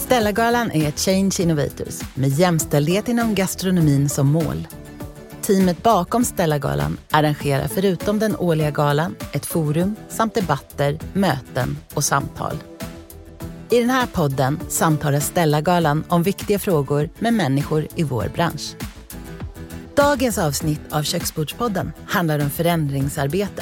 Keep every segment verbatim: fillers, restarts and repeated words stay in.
Stellagalan är Change Innovators med jämställdhet inom gastronomin som mål. Teamet bakom Stellagalan arrangerar förutom den årliga galan ett forum samt debatter, möten och samtal. I den här podden samtalar Stellagalan om viktiga frågor med människor i vår bransch. Dagens avsnitt av Köksbordspodden handlar om förändringsarbete.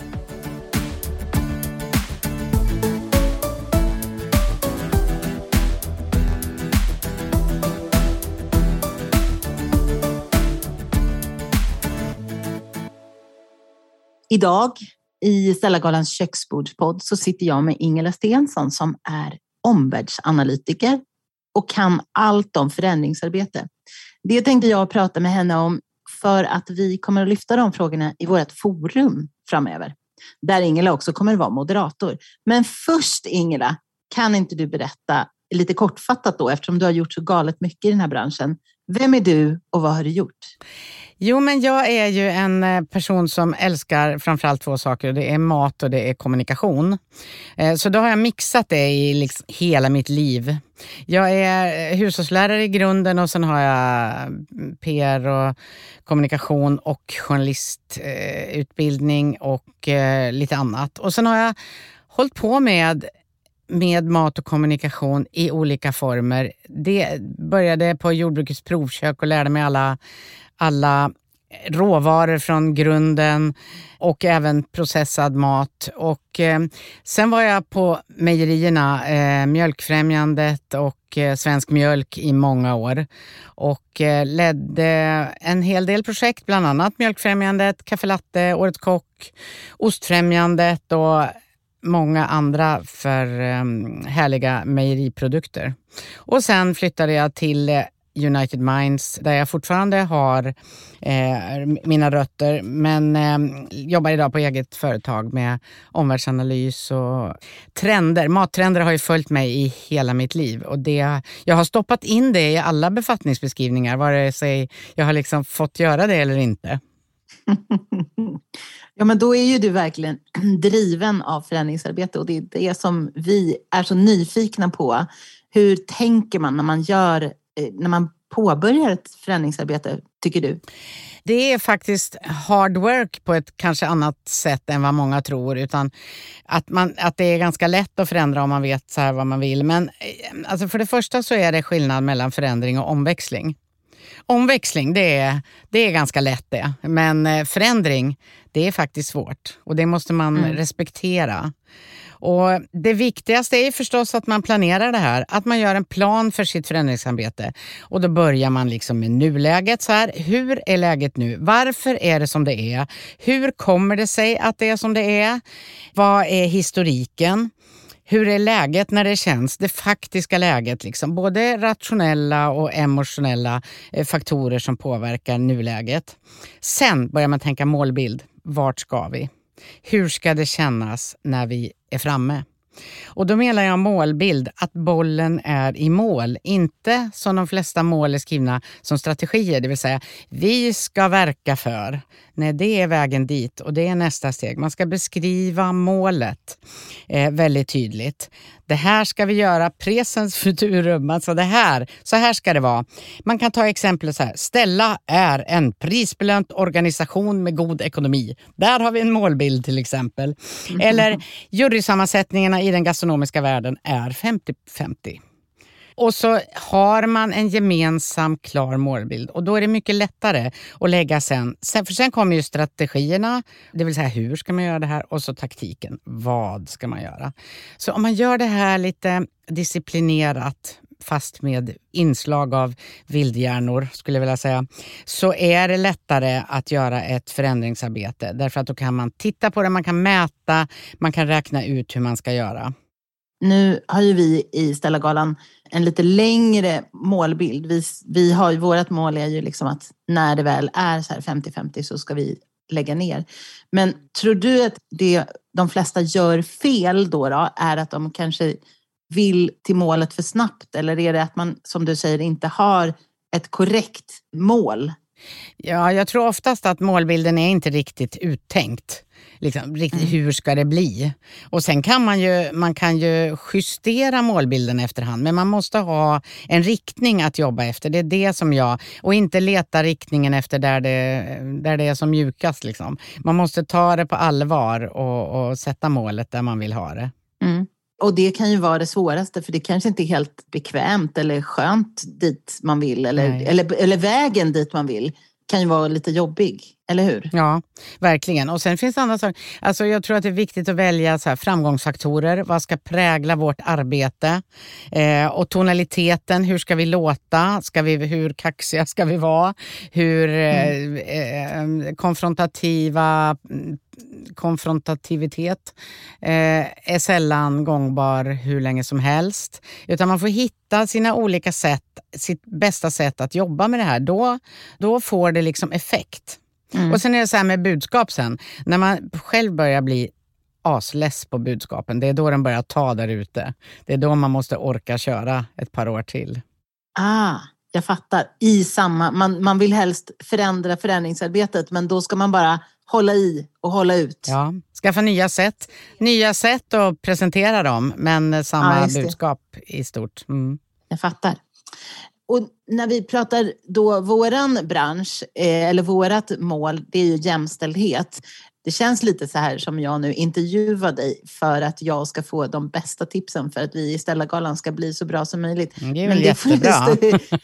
Idag i Stellagalans köksbordspodd så sitter jag med Ingela Stensson som är omvärldsanalytiker och kan allt om förändringsarbete. Det tänkte jag prata med henne om för att vi kommer att lyfta de frågorna i vårt forum framöver. Där Ingela också kommer att vara moderator. Men först Ingela, kan inte du berätta lite kortfattat då, eftersom du har gjort så galet mycket i den här branschen. Vem är du och vad har du gjort? Jo, men jag är ju en person som älskar framförallt två saker. Det är mat och det är kommunikation. Så då har jag mixat det i liksom hela mitt liv. Jag är hushållslärare i grunden och sen har jag P R och kommunikation och journalistutbildning och lite annat. Och sen har jag hållit på med med mat och kommunikation i olika former. Det började på jordbrukets provkök och lärde mig alla, alla råvaror från grunden och även processad mat. Och eh, sen var jag på mejerierna, eh, Mjölkfrämjandet och eh, Svensk Mjölk i många år. Och eh, ledde en hel del projekt, bland annat Mjölkfrämjandet, Kaffe Latte, Årets Kock, Ostfrämjandet och många andra för um, härliga mejeriprodukter. Och sen flyttade jag till United Minds där jag fortfarande har eh, mina rötter, men eh, jobbar idag på eget företag med omvärldsanalys och trender. Mattrender har ju följt mig i hela mitt liv och det, jag har stoppat in det i alla befattningsbeskrivningar, vare sig jag har liksom fått göra det eller inte. Ja, men då är ju du verkligen driven av förändringsarbete och det är det som vi är så nyfikna på. Hur tänker man när man gör, när man påbörjar ett förändringsarbete, tycker du? Det är faktiskt hard work på ett kanske annat sätt än vad många tror, utan att, man, att det är ganska lätt att förändra om man vet så här vad man vill. Men alltså för det första så är det skillnad mellan förändring och omväxling. Omväxling, det är, det är ganska lätt det. Men förändring, det är faktiskt svårt. Och det måste man mm. respektera. Och det viktigaste är förstås att man planerar det här. Att man gör en plan för sitt förändringsarbete. Och då börjar man liksom med nuläget. Så här, hur är läget nu? Varför är det som det är? Hur kommer det sig att det är som det är? Vad är historiken? Hur är läget när det känns, det faktiska läget, liksom, både rationella och emotionella faktorer som påverkar nuläget. Sen börjar man tänka målbild. Vart ska vi? Hur ska det kännas när vi är framme? Och då menar jag målbild, att bollen är i mål. Inte som de flesta mål är skrivna som strategier, det vill säga vi ska verka för. Nej, det är vägen dit och det är nästa steg. Man ska beskriva målet eh, väldigt tydligt. Det här ska vi göra, presens futurum, alltså det här, så här ska det vara. Man kan ta exempel så här, Stella är en prisbelönt organisation med god ekonomi. Där har vi en målbild till exempel. Eller jurysammansättningarna i den gastronomiska världen är femtio femtio. Och så har man en gemensam klar målbild och då är det mycket lättare att lägga sen. sen för sen kommer ju strategierna, det vill säga hur ska man göra det här, och så taktiken, vad ska man göra. Så om man gör det här lite disciplinerat, fast med inslag av vildhjärnor skulle jag vilja säga, så är det lättare att göra ett förändringsarbete. Därför att då kan man titta på det, man kan mäta, man kan räkna ut hur man ska göra. Nu har ju vi i Stellagalan en lite längre målbild. Vi, vi har ju, vårt mål är ju liksom att när det väl är så här femtio femtio så ska vi lägga ner. Men tror du att det de flesta gör fel då, då är att de kanske vill till målet för snabbt? Eller är det att man, som du säger, inte har ett korrekt mål? Ja, jag tror oftast att målbilden är inte riktigt uttänkt. liksom, riktigt, mm. hur ska det bli? Och sen kan man ju, man kan ju justera målbilden efterhand, men man måste ha en riktning att jobba efter. Det är det som jag, och inte leta riktningen efter där det, där det är som mjukast. Liksom. Man måste ta det på allvar och, och sätta målet där man vill ha det. Mm. Och det kan ju vara det svåraste, för det kanske inte är helt bekvämt eller skönt dit man vill. Eller, eller, eller vägen dit man vill kan ju vara lite jobbig, eller hur? Ja, verkligen. Och sen finns det andra saker. Alltså jag tror att det är viktigt att välja så här framgångsfaktorer. Vad ska prägla vårt arbete? Eh, och tonaliteten, hur ska vi låta? Ska vi, hur kaxiga ska vi vara? Hur mm. eh, eh, konfrontativa... konfrontativitet eh, är sällan gångbar hur länge som helst. Utan man får hitta sina olika sätt, sitt bästa sätt att jobba med det här. Då, då får det liksom effekt. Mm. Och sen är det så här med budskap sen. När man själv börjar bli asless på budskapen, det är då den börjar ta där ute. Det är då man måste orka köra ett par år till. Ah, jag fattar. I samma, man, man vill helst förändra förändringsarbetet, men då ska man bara hålla i och hålla ut. Ja, skaffa nya sätt. Nya sätt att presentera dem, men samma ja, budskap i stort. Mm. Jag fattar. Och när vi pratar då våran bransch, eh, eller vårat mål, det är ju jämställdhet. Det känns lite så här som jag nu intervjuar dig för att jag ska få de bästa tipsen för att vi i Stellagalan ska bli så bra som möjligt. Mm, det är väl Men det jättebra. Får det, stå,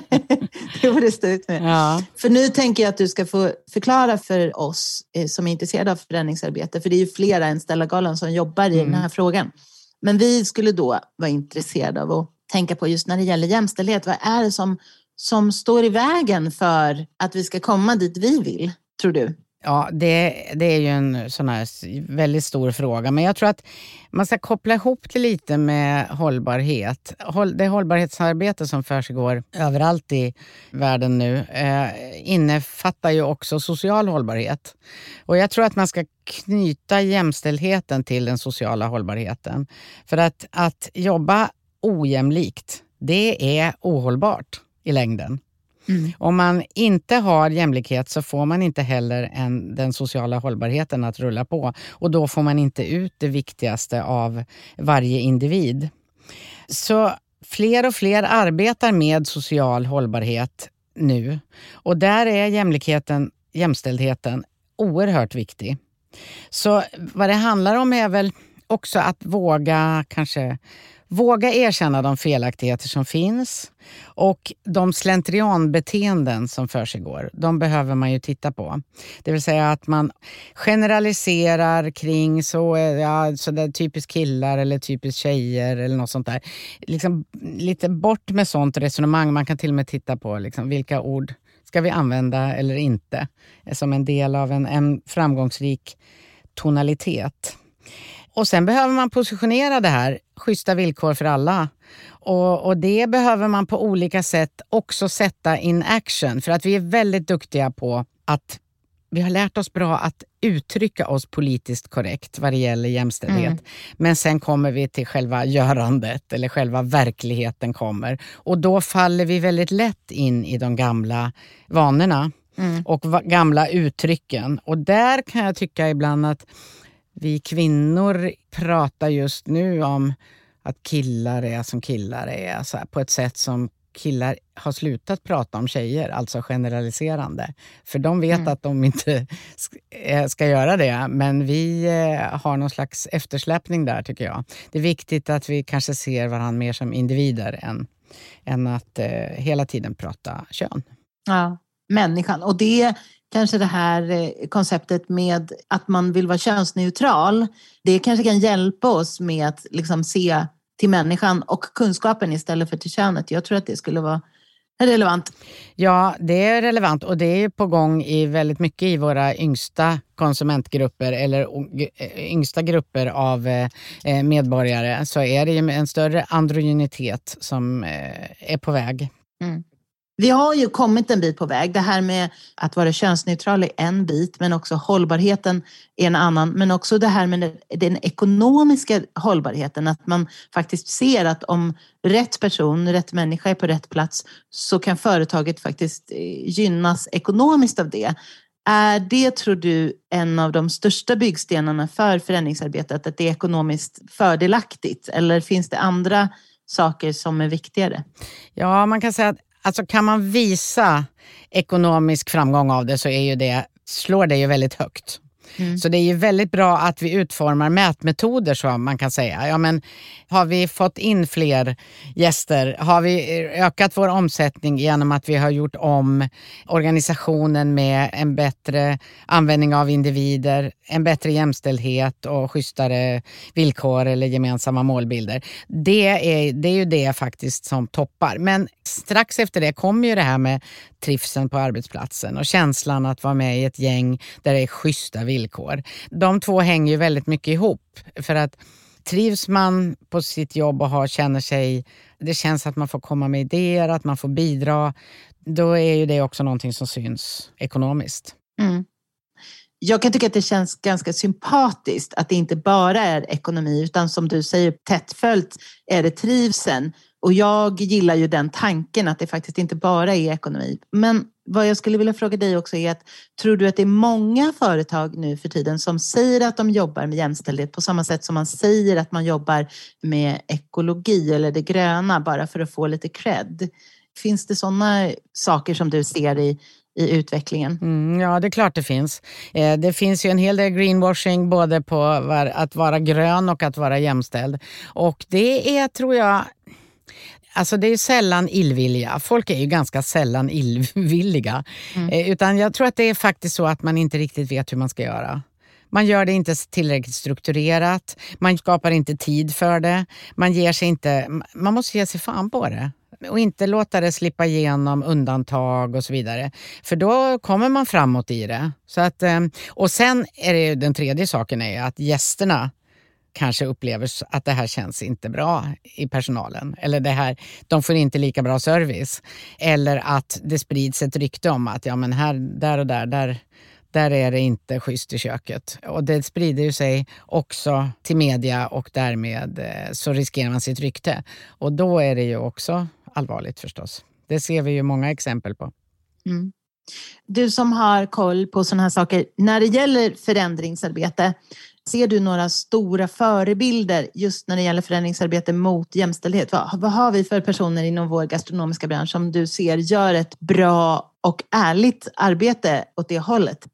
det får det stå ut med. Ja. För nu tänker jag att du ska få förklara för oss eh, som är intresserade av förändringsarbete. För det är ju flera än Stellagalan som jobbar i mm. den här frågan. Men vi skulle då vara intresserade av att tänka på just när det gäller jämställdhet. Vad är det som, som står i vägen för att vi ska komma dit vi vill, tror du? Ja, det, det är ju en sån här väldigt stor fråga. Men jag tror att man ska koppla ihop det lite med hållbarhet. Det hållbarhetsarbete som försiggår överallt i världen nu eh, innefattar ju också social hållbarhet. Och jag tror att man ska knyta jämställdheten till den sociala hållbarheten. För att, att jobba ojämlikt, det är ohållbart i längden. Mm. Om man inte har jämlikhet så får man inte heller en, den sociala hållbarheten att rulla på. Och då får man inte ut det viktigaste av varje individ. Så fler och fler arbetar med social hållbarhet nu. Och där är jämlikheten, jämställdheten oerhört viktig. Så vad det handlar om är väl också att våga kanske... Våga erkänna de felaktigheter som finns och de slentrianbeteenden som försiggår. De behöver man ju titta på. Det vill säga att man generaliserar kring så, ja, så där typiskt killar eller typiskt tjejer eller något sånt där. Liksom, lite bort med sånt resonemang. Man kan till och med titta på liksom, vilka ord ska vi använda eller inte som en del av en, en framgångsrik tonalitet. Och sen behöver man positionera det här, schyssta villkor för alla. Och, och det behöver man på olika sätt också sätta in action. För att vi är väldigt duktiga på att vi har lärt oss bra att uttrycka oss politiskt korrekt vad det gäller jämställdhet. Mm. Men sen kommer vi till själva görandet eller själva verkligheten kommer. Och då faller vi väldigt lätt in i de gamla vanorna mm. och va- gamla uttrycken. Och där kan jag tycka ibland att vi kvinnor pratar just nu om att killar är som killar är så här, på ett sätt som killar har slutat prata om tjejer, alltså generaliserande. För de vet mm. att de inte ska göra det, men vi har någon slags eftersläppning där tycker jag. Det är viktigt att vi kanske ser varandra mer som individer än, än att eh, hela tiden prata kön. Ja, människan. Och det kanske det här konceptet med att man vill vara könsneutral, det kanske kan hjälpa oss med att liksom se till människan och kunskapen istället för till könet. Jag tror att det skulle vara relevant. Ja, det är relevant och det är på gång i väldigt mycket i våra yngsta konsumentgrupper eller yngsta grupper av medborgare, så är det ju en större androgynitet som är på väg. Mm. Vi har ju kommit en bit på väg. Det här med att vara könsneutral är en bit, men också hållbarheten är en annan. Men också det här med den ekonomiska hållbarheten. Att man faktiskt ser att om rätt person, rätt människa är på rätt plats så kan företaget faktiskt gynnas ekonomiskt av det. Är det, tror du, en av de största byggstenarna för förändringsarbetet, att det är ekonomiskt fördelaktigt? Eller finns det andra saker som är viktigare? Ja, man kan säga att alltså, kan man visa ekonomisk framgång av det så är ju det, slår det ju väldigt högt. Mm. Så det är ju väldigt bra att vi utformar mätmetoder, så man kan säga. Ja, men har vi fått in fler gäster? Har vi ökat vår omsättning genom att vi har gjort om organisationen med en bättre användning av individer, en bättre jämställdhet och schysstare villkor eller gemensamma målbilder? Det är, det är ju det faktiskt som toppar. Men strax efter det kommer ju det här med trivseln på arbetsplatsen och känslan att vara med i ett gäng där det är schyssta villkor. De två hänger ju väldigt mycket ihop, för att trivs man på sitt jobb och har, känner sig, det känns att man får komma med idéer, att man får bidra, då är ju det också någonting som syns ekonomiskt. Mm. Jag kan tycka att det känns ganska sympatiskt att det inte bara är ekonomi, utan som du säger, tätt följt är det trivseln. Och jag gillar ju den tanken att det faktiskt inte bara är ekonomi. Men vad jag skulle vilja fråga dig också är att, tror du att det är många företag nu för tiden som säger att de jobbar med jämställdhet på samma sätt som man säger att man jobbar med ekologi eller det gröna, bara för att få lite cred? Finns det sådana saker som du ser i i utvecklingen? Mm, ja, det är klart det finns. Eh, det finns ju en hel del greenwashing både på var, att vara grön och att vara jämställd. Och det är, tror jag, alltså det är sällan illvilliga. Folk är ju ganska sällan illvilliga. Mm. Eh, utan jag tror att det är faktiskt så att man inte riktigt vet hur man ska göra. Man gör det inte tillräckligt strukturerat. Man skapar inte tid för det. Man ger sig inte, man måste ge sig fan på det. Och inte låta det slippa igenom undantag och så vidare. För då kommer man framåt i det. Så att, och sen är det ju, den tredje saken är att gästerna kanske upplever att det här känns inte bra i personalen. Eller det här, de får inte lika bra service. Eller att det sprids ett rykte om att ja, men här, där och där, där, där är det inte schysst i köket. Och det sprider ju sig också till media och därmed så riskerar man sitt rykte. Och då är det ju också allvarligt förstås. Det ser vi ju många exempel på. Mm. Du som har koll på sådana här saker, när det gäller förändringsarbete, ser du några stora förebilder just när det gäller förändringsarbete mot jämställdhet? Vad, vad har vi för personer inom vår gastronomiska bransch som du ser gör ett bra och ärligt arbete åt det hållet?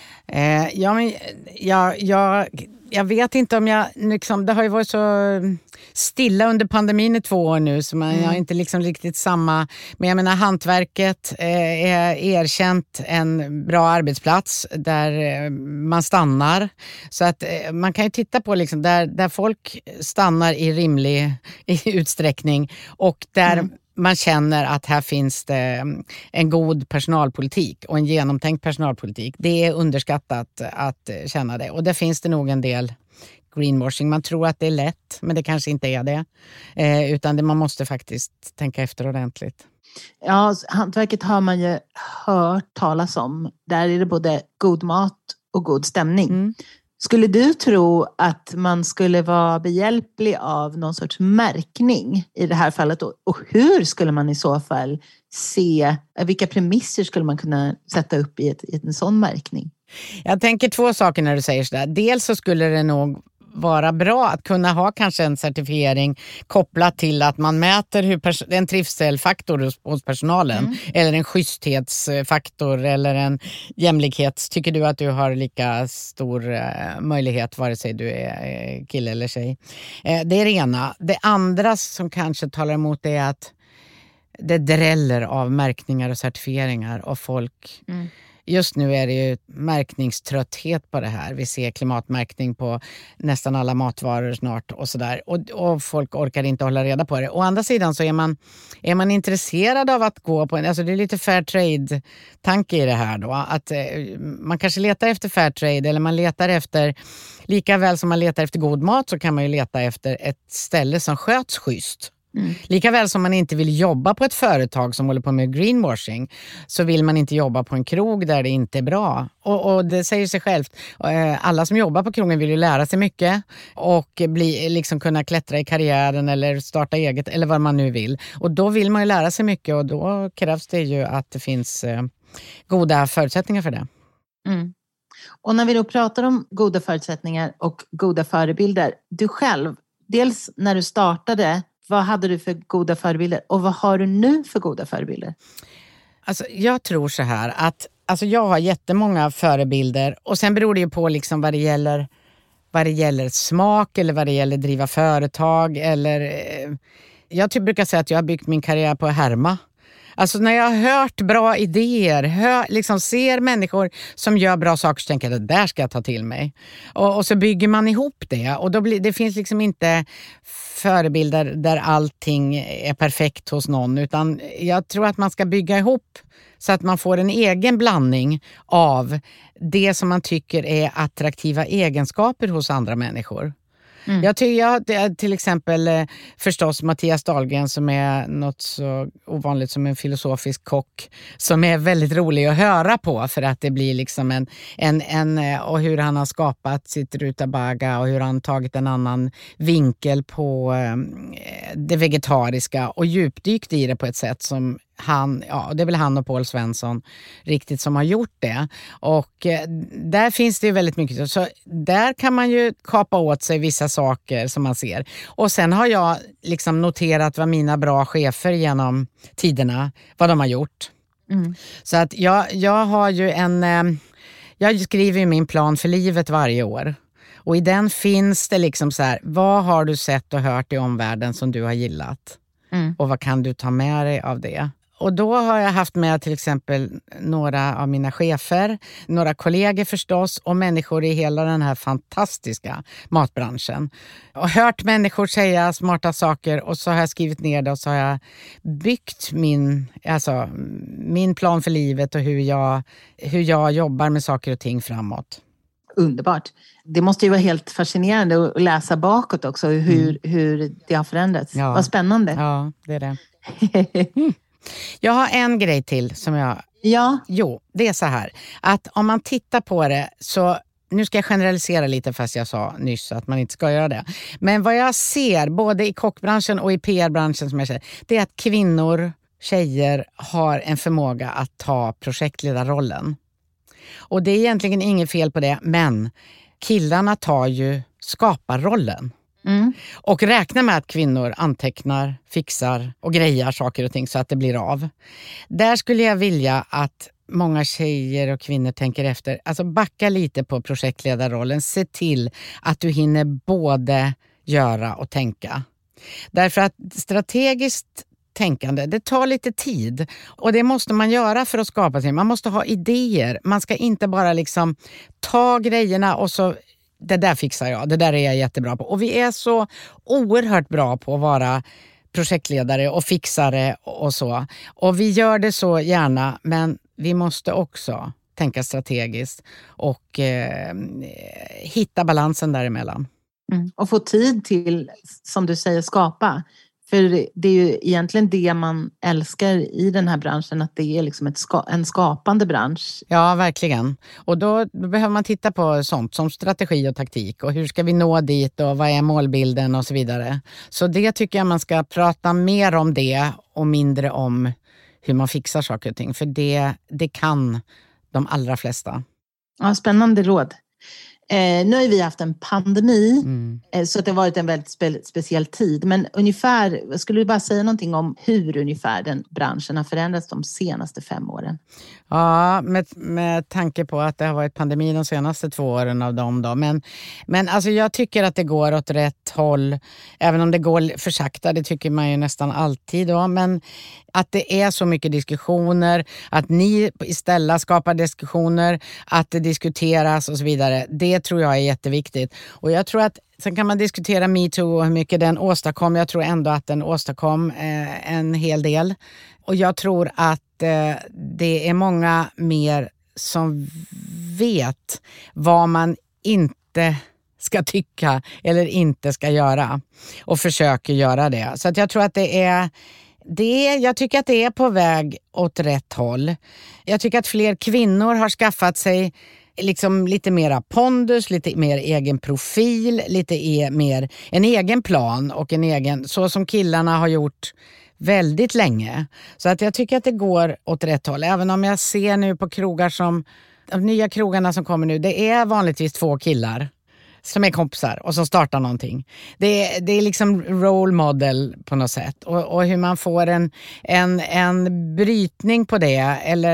Eh, ja, men jag, jag, jag vet inte om jag... Liksom, det har ju varit så stilla under pandemin i två år nu så man mm. har inte liksom riktigt samma... Men jag menar, hantverket eh, är erkänt en bra arbetsplats där eh, man stannar. Så att eh, man kan ju titta på liksom, där, där folk stannar i rimlig i utsträckning och där... Mm. Man känner att här finns det en god personalpolitik och en genomtänkt personalpolitik. Det är underskattat att känna det. Och där finns det nog en del greenwashing. Man tror att det är lätt, men det kanske inte är det. Eh, utan det, man måste faktiskt tänka efter ordentligt. Ja, hantverket har man ju hört talas om. Där är det både god mat och god stämning. Mm. Skulle du tro att man skulle vara behjälplig av någon sorts märkning i det här fallet? Och hur skulle man i så fall se, vilka premisser skulle man kunna sätta upp i, ett, i en sån märkning? Jag tänker två saker när du säger sådär. Dels så skulle det nog vara bra att kunna ha kanske en certifiering kopplat till att man mäter hur pers- en trivselfaktor hos, hos personalen mm. eller en schysthetsfaktor eller en jämlikhets. Tycker du att du har lika stor eh, möjlighet vare sig du är eh, kille eller tjej? Eh, det är det ena. Det andra som kanske talar emot är att det dräller av märkningar och certifieringar och folk... Mm. Just nu är det ju märkningströtthet på det här. Vi ser klimatmärkning på nästan alla matvaror snart och sådär. Och, och folk orkar inte hålla reda på det. Å andra sidan så är man, är man intresserad av att gå på en... Alltså det är lite fair trade-tanke i det här då. Att eh, man kanske letar efter fair trade eller man letar efter... Lika väl som man letar efter god mat så kan man ju leta efter ett ställe som sköts schysst. Mm. Lika väl som man inte vill jobba på ett företag som håller på med greenwashing så vill man inte jobba på en krog där det inte är bra. Och, och det säger sig självt. Alla som jobbar på krogen vill ju lära sig mycket och bli, liksom kunna klättra i karriären eller starta eget eller vad man nu vill. Och då vill man ju lära sig mycket och då krävs det ju att det finns eh, goda förutsättningar för det. Mm. Och när vi då pratar om goda förutsättningar och goda förebilder, du själv, dels när du startade, vad hade du för goda förebilder och vad har du nu för goda förebilder? Alltså, jag tror så här att alltså, jag har jättemånga förebilder och sen beror det ju på liksom vad det gäller vad det gäller smak eller vad det gäller driva företag eller eh, jag typ brukar säga att jag har byggt min karriär på att härma. Alltså när jag har hört bra idéer, hör, liksom ser människor som gör bra saker så tänker jag att det där ska jag ta till mig. Och, och så bygger man ihop det och då blir, det finns liksom inte förebilder där allting är perfekt hos någon utan jag tror att man ska bygga ihop så att man får en egen blandning av det som man tycker är attraktiva egenskaper hos andra människor. Mm. Jag tycker jag, till exempel eh, förstås Mattias Dahlgren som är något så ovanligt som en filosofisk kock som är väldigt rolig att höra på för att det blir liksom en, en, en och hur han har skapat sitt rutabaga och hur han tagit en annan vinkel på eh, det vegetariska och djupdykt i det på ett sätt som han, ja, det är väl han och Paul Svensson riktigt som har gjort det. Och eh, där finns det ju väldigt mycket. Så där kan man ju kapa åt sig vissa saker som man ser. Och sen har jag liksom noterat vad mina bra chefer genom tiderna, vad de har gjort. Mm. Så att jag, jag har ju en, eh, jag skriver ju min plan för livet varje år. Och i den finns det liksom så här, vad har du sett och hört i omvärlden som du har gillat? Mm. Och vad kan du ta med dig av det? Och då har jag haft med till exempel några av mina chefer, några kollegor förstås och människor i hela den här fantastiska matbranschen. Och hört människor säga smarta saker och så har jag skrivit ner det och så har jag byggt min, alltså, min plan för livet och hur jag, hur jag jobbar med saker och ting framåt. Underbart. Det måste ju vara helt fascinerande att läsa bakåt också hur, mm. hur det har förändrats. Ja. Vad spännande. Ja, det är det. Mm. Jag har en grej till som jag... Ja. Jo, det är så här. Att om man tittar på det så... Nu ska jag generalisera lite fast jag sa nyss att man inte ska göra det. Men vad jag ser både i kockbranschen och i P R-branschen som jag säger, det är att kvinnor, tjejer har en förmåga att ta projektledarrollen. Och det är egentligen inget fel på det, men killarna tar ju skaparrollen. Mm. Och räknar med att kvinnor antecknar, fixar och grejar saker och ting så att det blir av. Där skulle jag vilja att många tjejer och kvinnor tänker efter. Alltså backa lite på projektledarrollen. Se till att du hinner både göra och tänka. Därför att strategiskt tänkande, det tar lite tid. Och det måste man göra för att skapa sig. Man måste ha idéer. Man ska inte bara liksom ta grejerna och så... Det där fixar jag, det där är jag jättebra på. Och vi är så oerhört bra på att vara projektledare och fixare och så. Och vi gör det så gärna, men vi måste också tänka strategiskt och eh, hitta balansen däremellan. Mm. Och få tid till, som du säger, skapa. För det är ju egentligen det man älskar i den här branschen, att det är liksom ett ska, en skapande bransch. Ja, verkligen. Och då, då behöver man titta på sånt som strategi och taktik och hur ska vi nå dit och vad är målbilden och så vidare. Så det tycker jag man ska prata mer om det och mindre om hur man fixar saker och ting. För det, det kan de allra flesta. Ja, spännande råd. Eh, nu har vi haft en pandemi mm. eh, så det har varit en väldigt spe- speciell tid. Men ungefär, skulle du bara säga någonting om hur ungefär den branschen har förändrats de senaste fem åren? Ja, med, med tanke på att det har varit pandemi de senaste två åren av dem då. Men, men alltså jag tycker att det går åt rätt håll. Även om det går för sakta, det tycker man ju nästan alltid då. Men att det är så mycket diskussioner, att ni istället skapar diskussioner, att det diskuteras och så vidare. Det tror jag är jätteviktigt. Och jag tror att sen kan man diskutera MeToo och hur mycket den åstadkom. Jag tror ändå att den åstadkom eh, en hel del. Och jag tror att eh, det är många mer som vet vad man inte ska tycka eller inte ska göra. Och försöker göra det. Så att jag tror att det är... Det, jag tycker att det är på väg åt rätt håll. Jag tycker att fler kvinnor har skaffat sig liksom lite mera pondus, lite mer egen profil, lite e- mer en egen plan och en egen, så som killarna har gjort väldigt länge. Så att jag tycker att det går åt rätt håll. Även om jag ser nu på krogar som de nya krogarna som kommer nu, det är vanligtvis två killar som är kompisar och som startar någonting. Det är, det är liksom role model på något sätt. Och, och hur man får en, en, en brytning på det, eller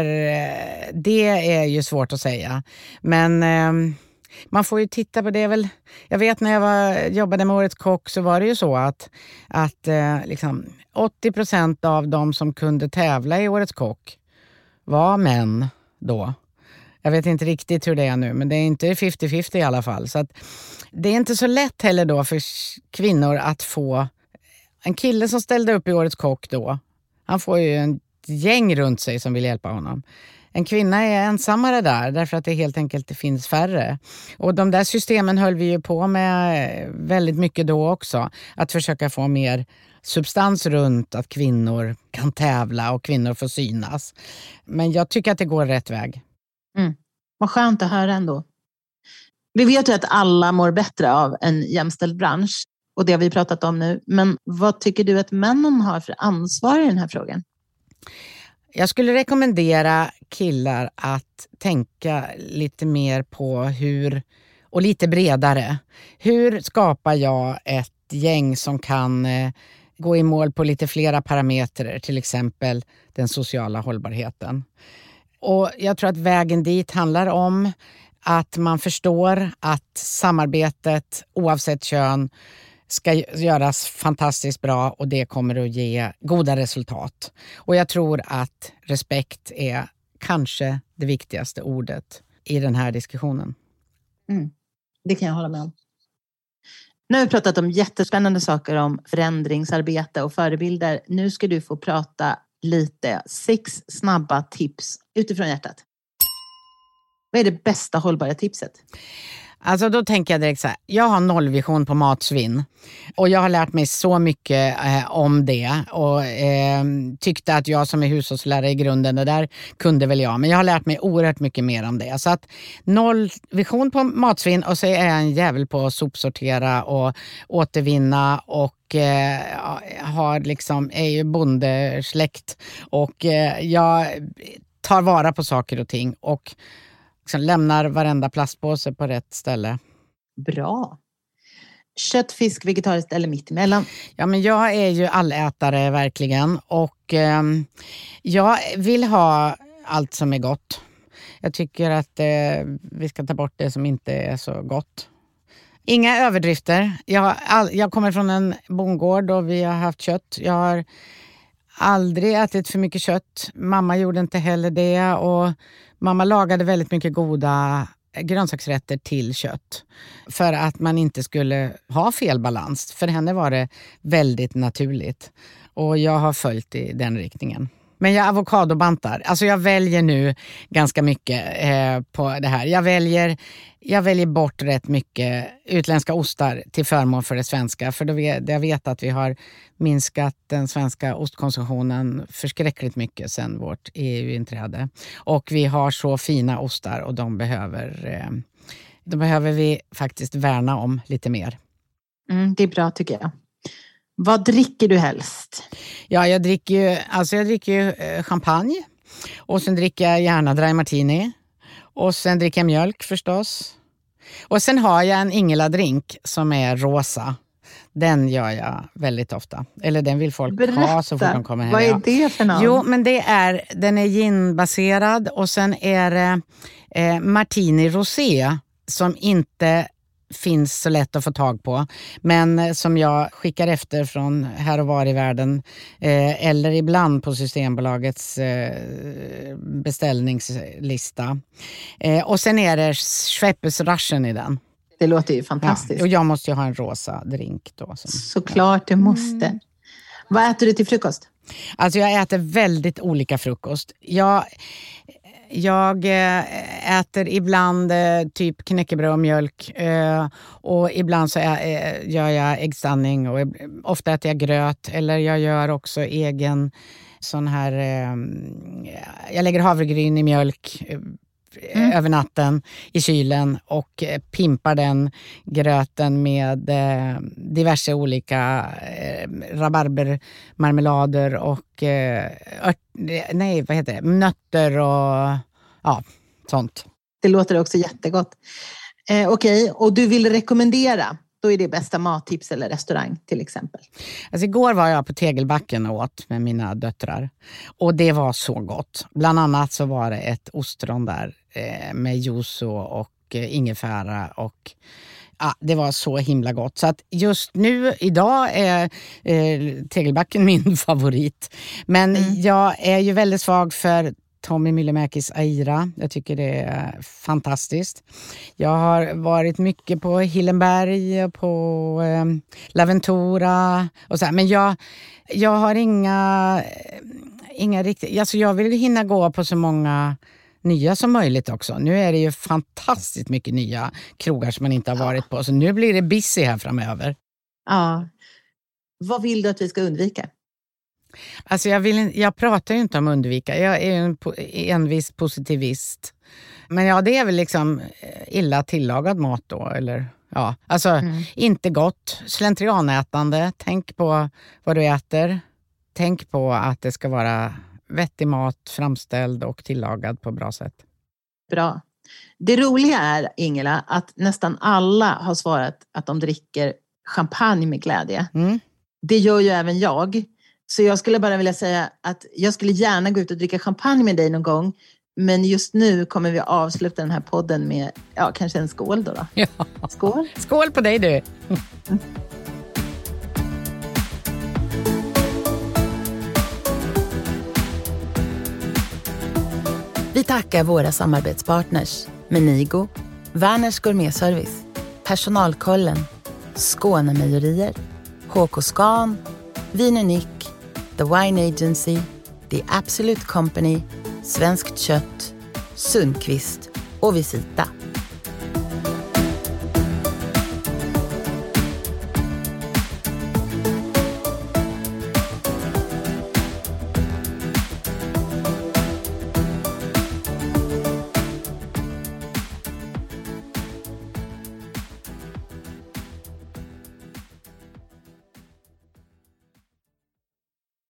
det är ju svårt att säga. Men eh, man får ju titta på det väl. Jag vet när jag var, jobbade med Årets kock så var det ju så att, att eh, liksom åttio procent av de som kunde tävla i Årets kock var män då. Jag vet inte riktigt hur det är nu, men det är inte femtio femtio i alla fall. Så att det är inte så lätt heller då för kvinnor att få en kille som ställde upp i Årets kock då. Han får ju en gäng runt sig som vill hjälpa honom. En kvinna är ensammare där därför att det helt enkelt finns färre. Och de där systemen höll vi ju på med väldigt mycket då också. Att försöka få mer substans runt att kvinnor kan tävla och kvinnor får synas. Men jag tycker att det går rätt väg. Mm. Vad skönt att höra ändå. Vi vet ju att alla mår bättre av en jämställd bransch. Och det har vi pratat om nu. Men vad tycker du att männen har för ansvar i den här frågan? Jag skulle rekommendera killar att tänka lite mer på hur, och lite bredare. Hur skapar jag ett gäng som kan eh, gå i mål på lite flera parametrar, till exempel den sociala hållbarheten. Och jag tror att vägen dit handlar om att man förstår att samarbetet oavsett kön ska göras fantastiskt bra och det kommer att ge goda resultat. Och jag tror att respekt är kanske det viktigaste ordet i den här diskussionen. Mm, det kan jag hålla med om. Nu har vi pratat om jättespännande saker om förändringsarbete och förebilder. Nu ska du få prata lite sex snabba tips utifrån hjärtat. Vad är det bästa hållbara tipset? Alltså då tänker jag direkt så här, jag har nollvision på matsvinn och jag har lärt mig så mycket eh, om det och eh, tyckte att jag som är hushållslärare i grunden, det där kunde väl jag, men jag har lärt mig oerhört mycket mer om det. Så att nollvision på matsvinn och så är jag en jävel på att sopsortera och återvinna och eh, har liksom, är ju bondesläkt och eh, jag tar vara på saker och ting och liksom lämnar varenda plastpåse på rätt ställe. Bra. Kött, fisk, vegetariskt eller mitt emellan? Ja, men jag är ju allätare verkligen. Och eh, jag vill ha allt som är gott. Jag tycker att eh, vi ska ta bort det som inte är så gott. Inga överdrifter. Jag, all, jag kommer från en bondgård och vi har haft kött. Jag har aldrig ätit för mycket kött. Mamma gjorde inte heller det och mamma lagade väldigt mycket goda grönsaksrätter till kött för att man inte skulle ha fel balans. För henne var det väldigt naturligt och jag har följt i den riktningen. Men jag avokadobantar. Alltså jag väljer nu ganska mycket eh, på det här. Jag väljer, jag väljer bort rätt mycket utländska ostar till förmån för det svenska. För då vet, jag vet att vi har minskat den svenska ostkonsumtionen förskräckligt mycket sedan vårt E U-inträde. Och vi har så fina ostar och de behöver, eh, de behöver vi faktiskt värna om lite mer. Mm, det är bra tycker jag. Vad dricker du helst? Ja, jag dricker ju, alltså jag dricker ju champagne. Och sen dricker jag gärna dry martini. Och sen dricker jag mjölk förstås. Och sen har jag en Ingela-drink som är rosa. Den gör jag väldigt ofta. Eller den vill folk Berätta. ha så fort de kommer hem. Vad är det för namn? Jo, men det är, den är ginbaserad och sen är det eh, martini rosé som inte finns så lätt att få tag på, men som jag skickar efter från här och var i världen eh, eller ibland på Systembolagets eh, beställningslista. Eh, och sen är det Schweppes Russian i den. Det låter ju fantastiskt. Ja, och jag måste ju ha en rosa drink då. Som, Såklart du måste. Mm. Vad äter du till frukost? Alltså jag äter väldigt olika frukost. Jag... Jag äter ibland typ knäckebröd och mjölk och ibland så gör jag äggstanning och ofta äter jag gröt eller jag gör också egen sån här, jag lägger havregryn i mjölk mm. över natten i kylen och pimpar den gröten med diverse olika rabarbermarmelader och ört, nej vad heter det, nötter och ja, sånt. Det låter också jättegott. Eh, Okej, okay. Och du vill rekommendera? Då är det bästa mattips eller restaurang till exempel. Alltså igår var jag på Tegelbacken och åt med mina döttrar. Och det var så gott. Bland annat så var det ett ostron där eh, med yuzu och eh, ingefära och ja, det var så himla gott. Så att just nu, idag är eh, Tegelbacken min favorit. Men mm. jag är ju väldigt svag för Tommy Myllymäkis Aira. Jag tycker det är fantastiskt. Jag har varit mycket på Hillenberg och på eh, Laventura och så här. Men jag, jag har inga, inga riktigt... Alltså jag vill hinna gå på så många nya som möjligt också. Nu är det ju fantastiskt mycket nya krogar som man inte har varit på. Så nu blir det busy här framöver. Ja. Vad vill du att vi ska undvika? Alltså jag, vill, jag pratar ju inte om undvika. Jag är en envis positivist. Men ja, det är väl liksom illa tillagad mat då. Eller, ja. Alltså mm. inte gott. Slentrianätande. Tänk på vad du äter. Tänk på att det ska vara vettig mat, framställd och tillagad på bra sätt. Bra. Det roliga är, Ingela, att nästan alla har svarat att de dricker champagne med glädje. Mm. Det gör ju även jag. Så jag skulle bara vilja säga att jag skulle gärna gå ut och dricka champagne med dig någon gång. Men just nu kommer vi avsluta den här podden med, ja, kanske en skål då. då. Ja. Skål. Skål på dig du. Vi tackar våra samarbetspartners Menigo, Werners Gourmetservice, Personalkollen, Skånemejerier, H K Scan, Vin Unik, The Wine Agency, The Absolute Company, Svenskt Kött, Sundqvist och Visita.